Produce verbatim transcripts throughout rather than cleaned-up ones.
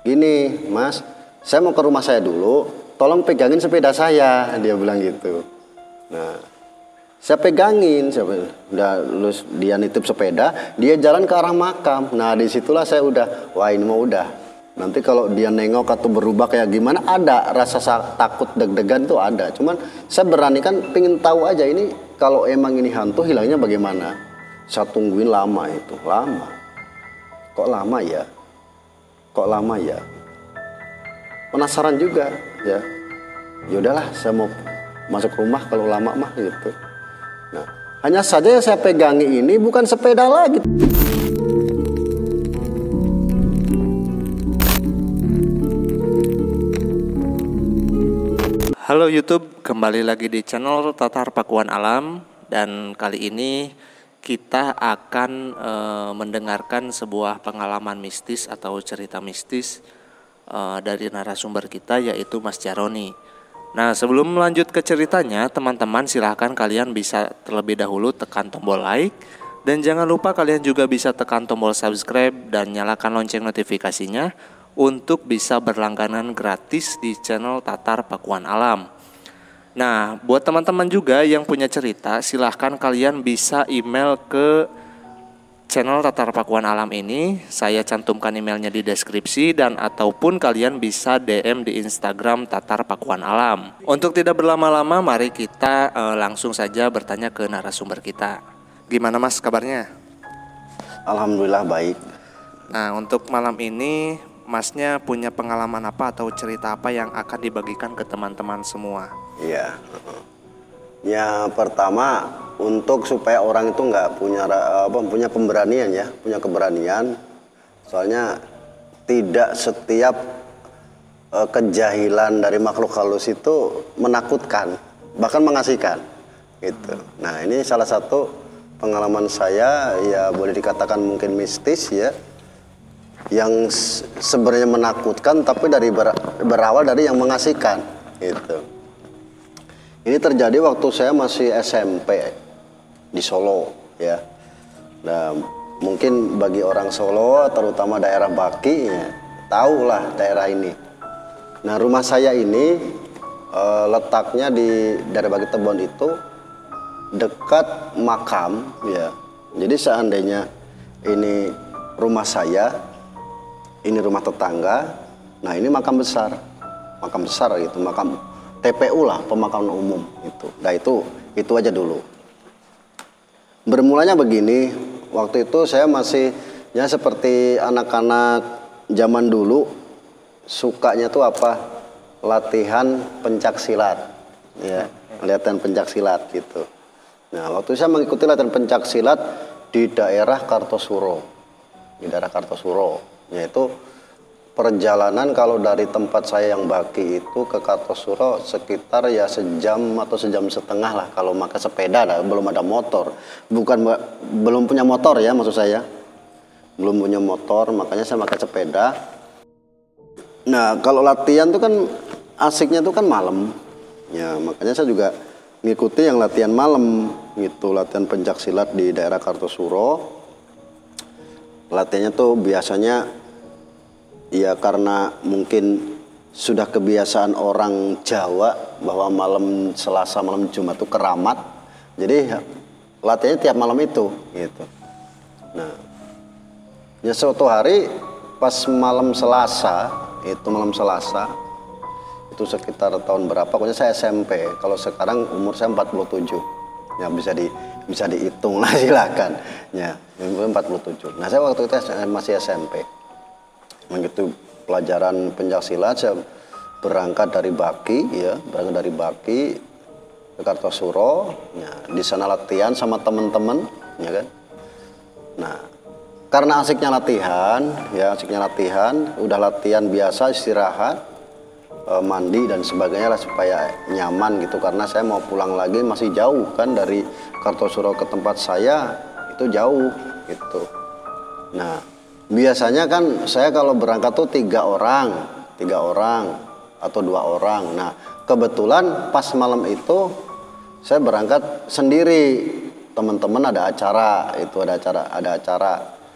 gini Mas, saya mau ke rumah saya dulu, tolong pegangin sepeda saya, dia bilang gitu. Nah, saya pegangin, saya udah lulus, dia nitip sepeda, dia jalan ke arah makam. Nah, disitulah saya udah, wah ini mau udah. Nanti kalau dia nengok atau berubah kayak gimana, ada rasa takut deg-degan tuh ada. Cuman saya berani kan, pengen tahu aja ini kalau emang ini hantu hilangnya bagaimana. Saya tungguin lama itu, lama. Kok lama ya? Kok lama ya? Penasaran juga ya. Ya udahlah, saya mau masuk rumah kalau lama mah gitu. Nah, hanya saja yang saya pegangi ini bukan sepeda lagi. Halo YouTube, kembali lagi di channel Tatar Pakuan Alam. Dan kali ini kita akan e, mendengarkan sebuah pengalaman mistis atau cerita mistis e, dari narasumber kita, yaitu Mas Jaroni. Nah, sebelum melanjut ke ceritanya, teman-teman silahkan kalian bisa terlebih dahulu tekan tombol like. Dan jangan lupa kalian juga bisa tekan tombol subscribe dan nyalakan lonceng notifikasinya untuk bisa berlangganan gratis di channel Tatar Pakuan Alam. Nah, buat teman-teman juga yang punya cerita, silahkan kalian bisa email ke channel Tatar Pakuan Alam ini. Saya cantumkan emailnya di deskripsi, dan ataupun kalian bisa D M di Instagram Tatar Pakuan Alam. Untuk tidak berlama-lama, mari kita eh, langsung saja bertanya ke narasumber kita. Gimana Mas kabarnya? Alhamdulillah baik. Nah, untuk malam ini Masnya punya pengalaman apa atau cerita apa yang akan dibagikan ke teman-teman semua? Iya. Ya pertama, untuk supaya orang itu nggak punya apa punya pemberanian ya, punya keberanian. Soalnya tidak setiap uh, kejahilan dari makhluk halus itu menakutkan, bahkan mengasihkan. Gitu. Nah, ini salah satu pengalaman saya, ya boleh dikatakan mungkin mistis ya, yang sebenarnya menakutkan tapi dari ber, berawal dari yang mengasihkan gitu. Ini terjadi waktu saya masih S M P di Solo ya. Nah, mungkin bagi orang Solo terutama daerah Baki ya, tahulah daerah ini. Nah, rumah saya ini e, letaknya di daerah Baki Tebon itu dekat makam ya. Jadi seandainya ini rumah saya, ini rumah tetangga, nah ini makam besar, makam besar gitu, makam T P U lah, pemakaman umum itu. Nah itu, itu aja dulu. Bermulanya begini, waktu itu saya masih ya seperti anak-anak zaman dulu, sukanya tuh apa? Latihan pencak silat, ya, latihan pencak silat gitu. Nah waktu saya mengikuti latihan pencak silat di daerah Kartosuro, di daerah Kartosuro. Yaitu perjalanan kalau dari tempat saya yang Baki itu ke Kartosuro sekitar ya sejam atau sejam setengah lah kalau pakai sepeda lah, belum ada motor. Bukan belum punya motor ya maksud saya. Belum punya motor, makanya saya pakai sepeda. Nah, kalau latihan tuh kan asiknya tuh kan malam. Ya, makanya saya juga ngikuti yang latihan malam gitu, latihan pencak silat di daerah Kartosuro. Latihannya tuh biasanya ya karena mungkin sudah kebiasaan orang Jawa bahwa malam Selasa, malam Jumat itu keramat. Jadi latihannya tiap malam itu gitu. Nah, ya suatu hari pas malam Selasa, itu malam Selasa itu sekitar tahun berapa? Pokoknya saya S M P. Kalau sekarang umur saya empat puluh tujuh. Ya bisa di bisa dihitung lah silakan. Ya, umur empat puluh tujuh. Nah, saya waktu itu masih S M P. Begitu pelajaran pencaksilat, saya berangkat dari Baki ya, berangkat dari Baki ke Kartosuro. Ya, di sana latihan sama teman-teman, ya kan. Nah, karena asiknya latihan, ya asiknya latihan, udah latihan biasa istirahat, mandi dan sebagainya lah supaya nyaman gitu, karena saya mau pulang lagi masih jauh kan dari Kartosuro ke tempat saya itu jauh gitu. Nah biasanya kan saya kalau berangkat tuh tiga orang, tiga orang atau dua orang. Nah kebetulan pas malam itu saya berangkat sendiri, teman-teman ada acara itu ada acara ada acara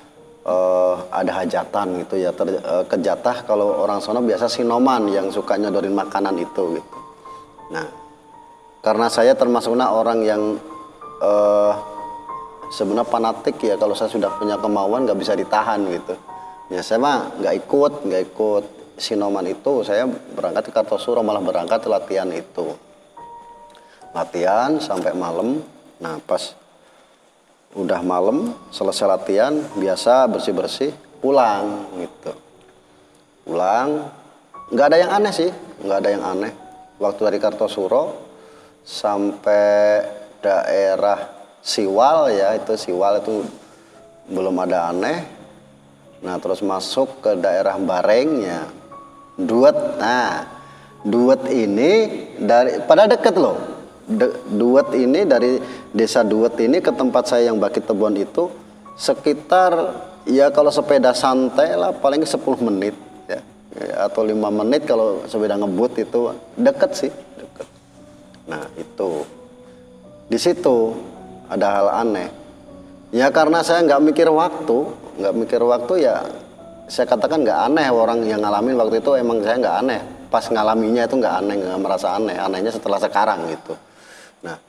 uh, ada hajatan gitu ya, ter, uh, kejatah kalau orang sono biasa sinoman yang suka nyodorin makanan itu gitu. Nah, karena saya termasuknya orang yang uh, sebenarnya fanatik ya, kalau saya sudah punya kemauan nggak bisa ditahan gitu. Ya saya mah nggak ikut, nggak ikut sinoman itu. Saya berangkat ke Kartosuro, malah berangkat latihan itu. Latihan sampai malam. Nah pas udah malam selesai latihan, biasa bersih-bersih, pulang gitu. Pulang, nggak ada yang aneh sih, nggak ada yang aneh. Waktu dari Kartosuro sampai daerah Siwal ya, itu Siwal itu belum ada aneh. Nah terus masuk ke daerah Barengnya, Duet. Nah Duet ini dari pada deket loh. De, Duet ini dari desa Duet ini ke tempat saya yang Baki Tebon itu sekitar ya kalau sepeda santai lah paling sepuluh menit ya, ya atau lima menit kalau sepeda ngebut itu deket sih, deket. Nah itu di situ ada hal aneh ya, karena saya nggak mikir waktu nggak mikir waktu ya saya katakan nggak aneh. Orang yang ngalamin waktu itu emang saya nggak aneh, pas ngalaminya itu nggak aneh, nggak merasa aneh, anehnya setelah sekarang gitu. Nah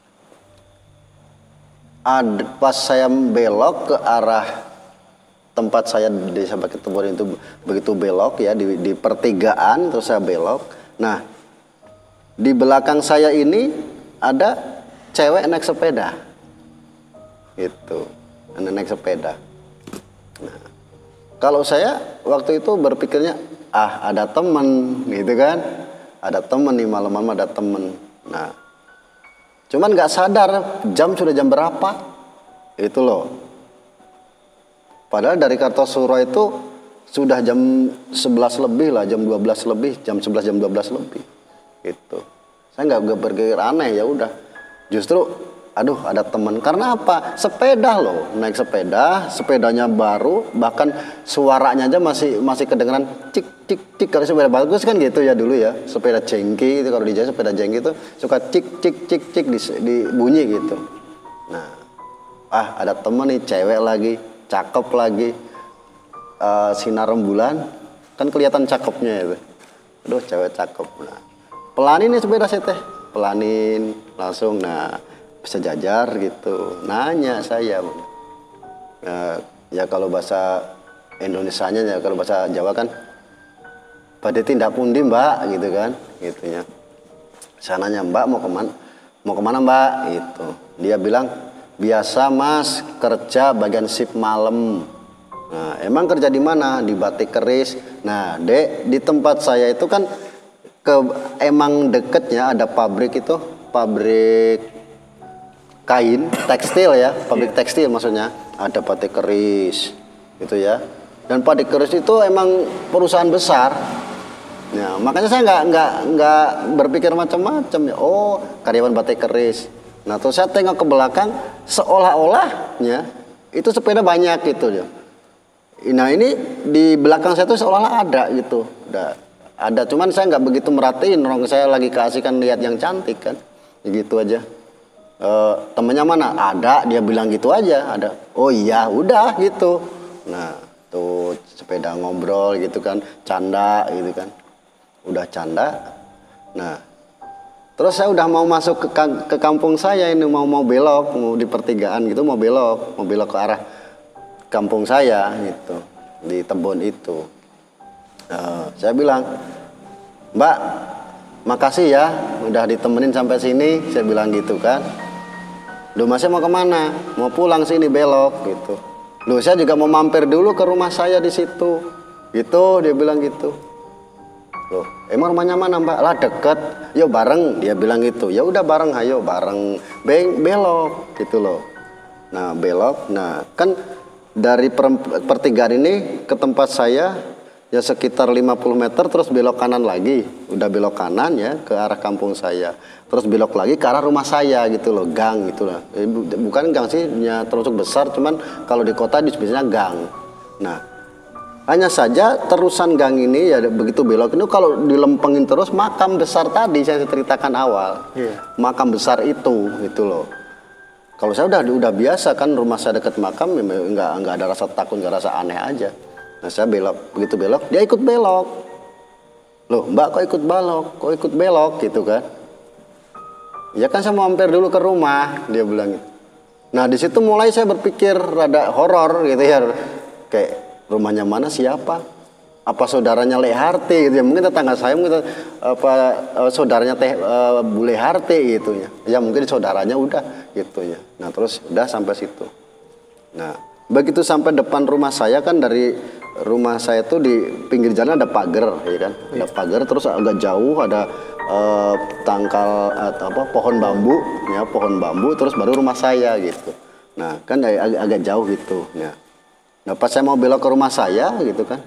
ad, pas saya belok ke arah tempat saya di desa Baki Tebon itu, begitu belok ya di, di pertigaan terus saya belok. Nah di belakang saya ini ada cewek naik sepeda gitu, naik sepeda. Nah, kalau saya waktu itu berpikirnya ah ada temen gitu kan, ada temen nih, malam-malam ada temen. Nah, cuman nggak sadar jam sudah jam berapa itu loh. Padahal dari Kartosuro itu sudah jam sebelas lebih lah, jam dua belas lebih, jam sebelas jam dua belas lebih gitu. Saya nggak berpikir aneh, ya udah. Justru aduh ada teman. Karena apa? Sepeda loh, naik sepeda, sepedanya baru, bahkan suaranya aja masih masih kedengeran cik cik cik. Kalau sepeda bagus kan gitu ya dulu ya, sepeda jengki itu kalau di Jawa sepeda jengki itu suka cik cik cik cik di, di bunyi gitu. Nah, ah ada temen nih cewek lagi, cakep lagi, uh, sinar rembulan, kan kelihatan cakepnya itu. Aduh cewek cakep. Nah, pelanin nih sepeda saya teh, pelanin langsung. Nah sejajar gitu, nanya saya ya, ya kalau bahasa Indonesianya ya, kalau bahasa Jawa kan pada tindak pundi mbak gitu kan gitunya. Saya nanya mbak mau kemana, mau kemana mbak gitu. Dia bilang biasa mas kerja bagian shift malam. Nah emang kerja di mana? Di Batik Keris. Nah dek di tempat saya itu kan ke emang deketnya ada pabrik itu, pabrik kain tekstil ya, pabrik yeah. tekstil maksudnya, ada Batik Keris gitu ya. Dan Batik Keris itu emang perusahaan besar. Ya, makanya saya nggak nggak nggak berpikir macam-macam ya. Oh, karyawan Batik Keris. Nah, terus saya tengok ke belakang, seolah-olahnya itu sepeda banyak gitu ya. Nah, ini di belakang saya tuh seolah-olah ada gitu. Udah ada, cuman saya nggak begitu merhatiin, orang saya lagi keasikan lihat yang cantik kan. Gitu aja. E, temennya mana? Ada, dia bilang gitu aja, ada. Oh iya, udah gitu. Nah, tuh sepeda ngobrol gitu kan, canda gitu kan. Udah canda. Nah, terus saya udah mau masuk ke, ke kampung saya ini, mau mau belok, mau di pertigaan gitu, mau belok, mau belok ke arah kampung saya gitu, di Tebon itu. E, saya bilang, Mbak, makasih ya, udah ditemenin sampai sini, saya bilang gitu kan. Loh masnya mau kemana? Mau pulang sini belok gitu. Loh saya juga mau mampir dulu ke rumah saya di situ. Gitu dia bilang gitu. Loh emang rumahnya mana mbak? Lah deket. Yuk bareng dia bilang gitu. Ya udah bareng, ayo bareng. Beng belok gitu loh. Nah belok. Nah kan dari pertigaan ini ke tempat saya ya sekitar lima puluh meter, terus belok kanan lagi. Udah belok kanan ya ke arah kampung saya. Terus belok lagi ke arah rumah saya gitu loh, gang gitu lah. Bukan gang sih, ya termasuk besar, cuman kalau di kota disebutnya gang. Nah, hanya saja terusan gang ini ya begitu belok ini kalau dilempengin terus makam besar tadi saya ceritakan awal. Yeah. Makam besar itu gitu loh. Kalau saya udah udah biasa kan, rumah saya dekat makam, nggak nggak ada rasa takut, nggak rasa aneh aja. Nah saya belok, begitu belok dia ikut belok. Loh mbak kok ikut belok, kok ikut belok gitu kan? Ya kan saya mau mampir dulu ke rumah, dia bilang gitu. Nah di situ mulai saya berpikir rada horor gitu ya, kayak rumahnya mana, siapa? Apa saudaranya Le Harti gitu ya, mungkin tetangga saya, mungkin apa uh, saudaranya Teh uh, Bule Harti gitu ya. Ya mungkin saudaranya udah gitu ya. Nah terus udah sampai situ. Nah begitu sampai depan rumah saya kan, dari rumah saya tuh di pinggir jalan ada pagar ya kan, ada pagar, terus agak jauh ada uh, tangkal atau apa pohon bambu ya, pohon bambu, terus baru rumah saya gitu. Nah kan agak, agak jauh gitu. Nah, nah pas saya mau belok ke rumah saya gitu kan,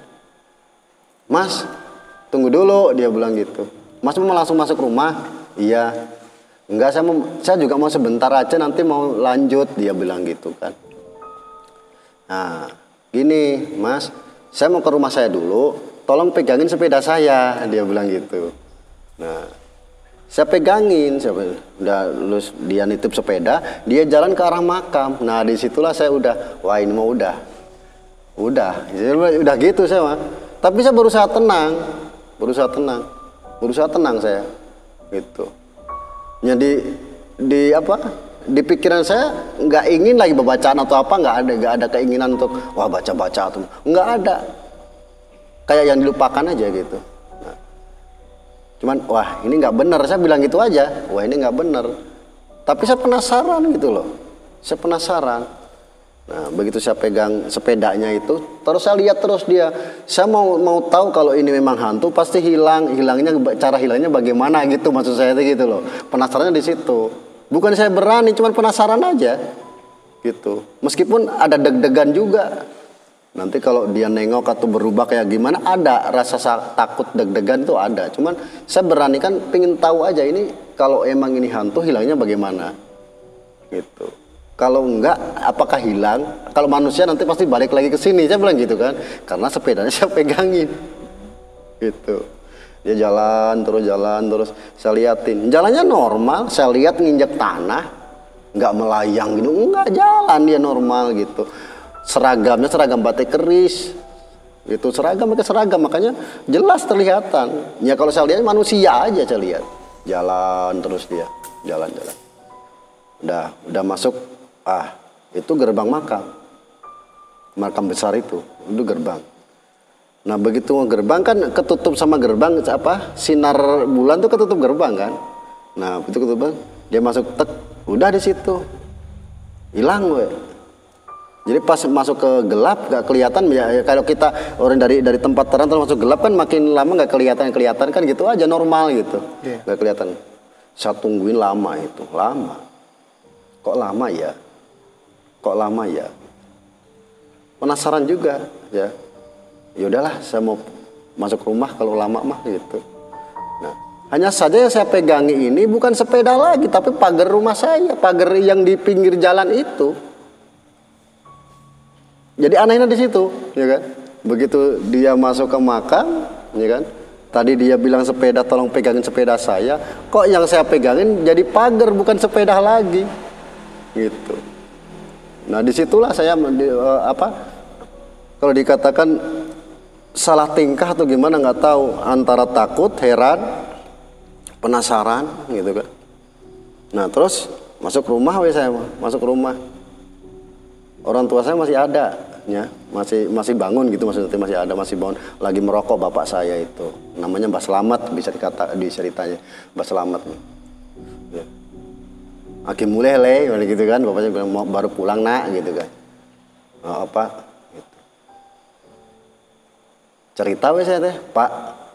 Mas, tunggu dulu, dia bilang gitu. Mas mau langsung masuk rumah? Iya. Enggak, saya mau, saya juga mau sebentar aja, nanti mau lanjut, dia bilang gitu kan. Nah, gini, Mas, saya mau ke rumah saya dulu, tolong pegangin sepeda saya, dia bilang gitu. Nah, saya pegangin, saya udah lulus, dia nitip sepeda, dia jalan ke arah makam. Nah, disitulah saya udah, wah ini mau udah, udah, udah gitu saya mah. Tapi saya berusaha tenang, berusaha tenang, berusaha tenang saya, gitu. Jadi di apa? Di pikiran saya nggak ingin lagi bacaan atau apa, nggak ada, nggak ada keinginan untuk wah baca-baca atau nggak ada. Kayak yang dilupakan aja gitu. Nah, cuman wah ini nggak benar, saya bilang gitu aja. Wah ini nggak benar. Tapi saya penasaran gitu loh, saya penasaran. Nah, begitu saya pegang sepedanya itu, terus saya lihat terus dia. Saya mau mau tahu kalau ini memang hantu, pasti hilang. Hilangnya, cara hilangnya bagaimana gitu, maksud saya itu gitu loh. Penasarannya di situ. Bukan saya berani, cuman penasaran aja. Gitu. Meskipun ada deg-degan juga. Nanti kalau dia nengok atau berubah kayak gimana, ada rasa takut, deg-degan tuh ada. Cuman saya berani kan, pengen tahu aja ini kalau emang ini hantu, hilangnya bagaimana. Gitu. Kalau enggak, apakah hilang? Kalau manusia nanti pasti balik lagi ke sini. Saya bilang gitu kan. Karena sepedanya saya pegangin. Gitu. Dia jalan, terus jalan, terus saya liatin. Jalannya normal, saya lihat nginjek tanah. Enggak melayang gitu. Enggak, jalan dia normal gitu. Seragamnya seragam batik keris. Itu seragam, pakai seragam. Makanya jelas terlihatan. Ya kalau saya lihat manusia aja saya lihat. Jalan terus dia. Jalan-jalan. Udah, udah masuk. Ah, itu gerbang makam. Makam besar itu, itu gerbang. Nah, begitu gerbang kan ketutup sama gerbang apa? Sinar bulan tuh ketutup gerbang kan. Nah, itu ketutup. Dia masuk tek, udah di situ. Hilang gue. Jadi pas masuk ke gelap gak kelihatan ya, kalau kita orang dari dari tempat terang terus masuk gelap kan makin lama gak kelihatan kelihatan kan gitu aja normal gitu. Yeah. Gak kelihatan. Saya tungguin lama itu, lama. Kok lama ya? Kok lama ya? Penasaran juga ya. Ya udahlah, saya mau masuk rumah kalau lama mah gitu. Nah, hanya saja yang saya pegangi ini bukan sepeda lagi, tapi pagar rumah saya, pagar yang di pinggir jalan itu. Jadi anehnya di situ, ya kan? Begitu dia masuk ke makam, ya kan? Tadi dia bilang sepeda, tolong pegangin sepeda saya. Kok yang saya pegangin jadi pagar bukan sepeda lagi, gitu. Nah disitulah saya di, uh, apa kalau dikatakan salah tingkah atau gimana nggak tahu, antara takut, heran, penasaran gitu kan. Nah terus masuk rumah, we saya masuk rumah. Orang tua saya masih ada, ya masih masih bangun gitu, maksudnya masih ada, masih bangun, lagi merokok bapak saya itu, namanya Mbah Slamet, bisa dikata di ceritanya Mbah Slamet. Ya. Aki mulai le, gitu kan, bapaknya bilang mau baru pulang nak, gitu kan. Oh, apa? Gitu. Cerita we saya teh, Pak.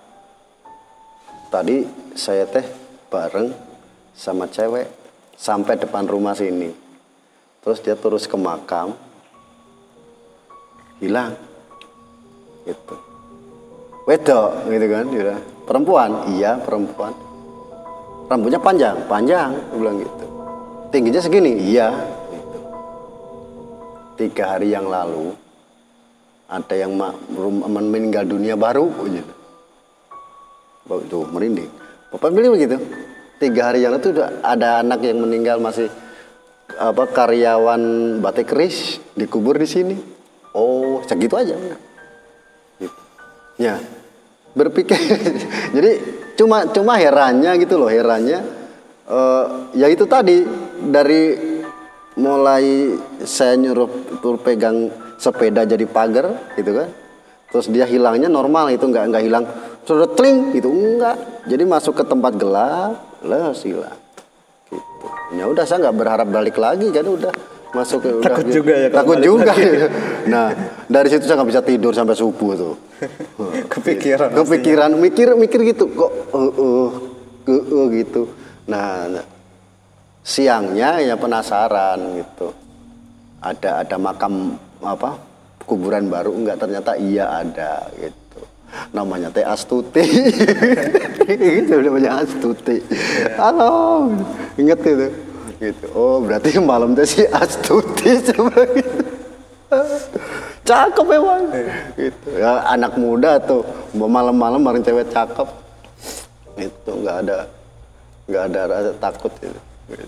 Tadi saya teh bareng sama cewek sampai depan rumah sini. Terus dia terus ke makam, hilang, gitu. Wedok, gitu kan, gitu. Perempuan, iya perempuan. Rambutnya panjang, panjang, dia bilang gitu. Tingginya segini, iya. Gitu. Tiga hari yang lalu ada yang meninggal dunia baru, gitu. Tuh merinding. Bapak bilang begitu. Tiga hari yang lalu itu ada anak yang meninggal masih apa karyawan Batik Keris dikubur di sini. Oh, segitu aja. Gitu. Ya, berpikir. Jadi cuma cuma herannya gitu loh, herannya. Uh, ya itu tadi dari mulai saya nyuruh tur pegang sepeda jadi pagar gitu kan. Terus dia hilangnya normal, itu nggak nggak hilang sudah tling gitu, enggak. Jadi masuk ke tempat gelap, les hilang. Gitu. Ya udah saya nggak berharap balik lagi kan, udah masuk ke udah, takut gitu. juga ya. Takut juga. Gitu. Nah dari situ saya nggak bisa tidur sampai subuh tuh. Kepikiran. Kepikiran, mikir mikir gitu kok, uh, uh, uh, uh, gitu. Nah siangnya ya penasaran gitu. Ada ada makam apa kuburan baru, enggak, ternyata iya ada gitu. Namanya Teh Astuti. Itu namanya Astuti. Halo, inget itu. Gitu. Oh, berarti malam teh si Astuti coba gitu. Cakep emang. Gitu. Ya, anak muda tuh, malam-malam bareng cewek cakep. Itu enggak ada enggak ada rasa takut gitu. Gitu.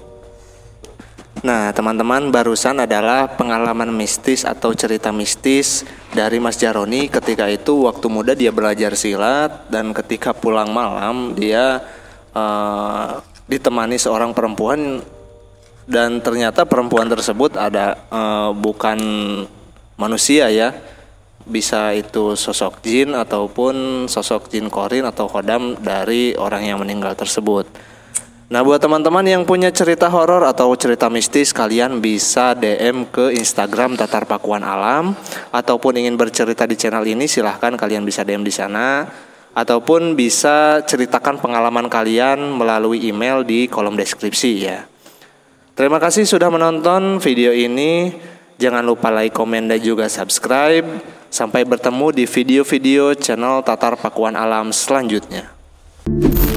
Nah, teman-teman, barusan adalah pengalaman mistis atau cerita mistis dari Mas Jaroni. Ketika itu waktu muda dia belajar silat, dan ketika pulang malam dia uh, ditemani seorang perempuan, dan ternyata perempuan tersebut ada uh, bukan manusia ya, bisa itu sosok jin ataupun sosok jin korin atau khodam dari orang yang meninggal tersebut. Nah, buat teman-teman yang punya cerita horor atau cerita mistis, kalian bisa D M ke Instagram Tatar Pakuan Alam, ataupun ingin bercerita di channel ini silahkan kalian bisa D M di sana, ataupun bisa ceritakan pengalaman kalian melalui email di kolom deskripsi ya. Terima kasih sudah menonton video ini. Jangan lupa like, komen, dan juga subscribe. Sampai bertemu di video-video channel Tatar Pakuan Alam selanjutnya.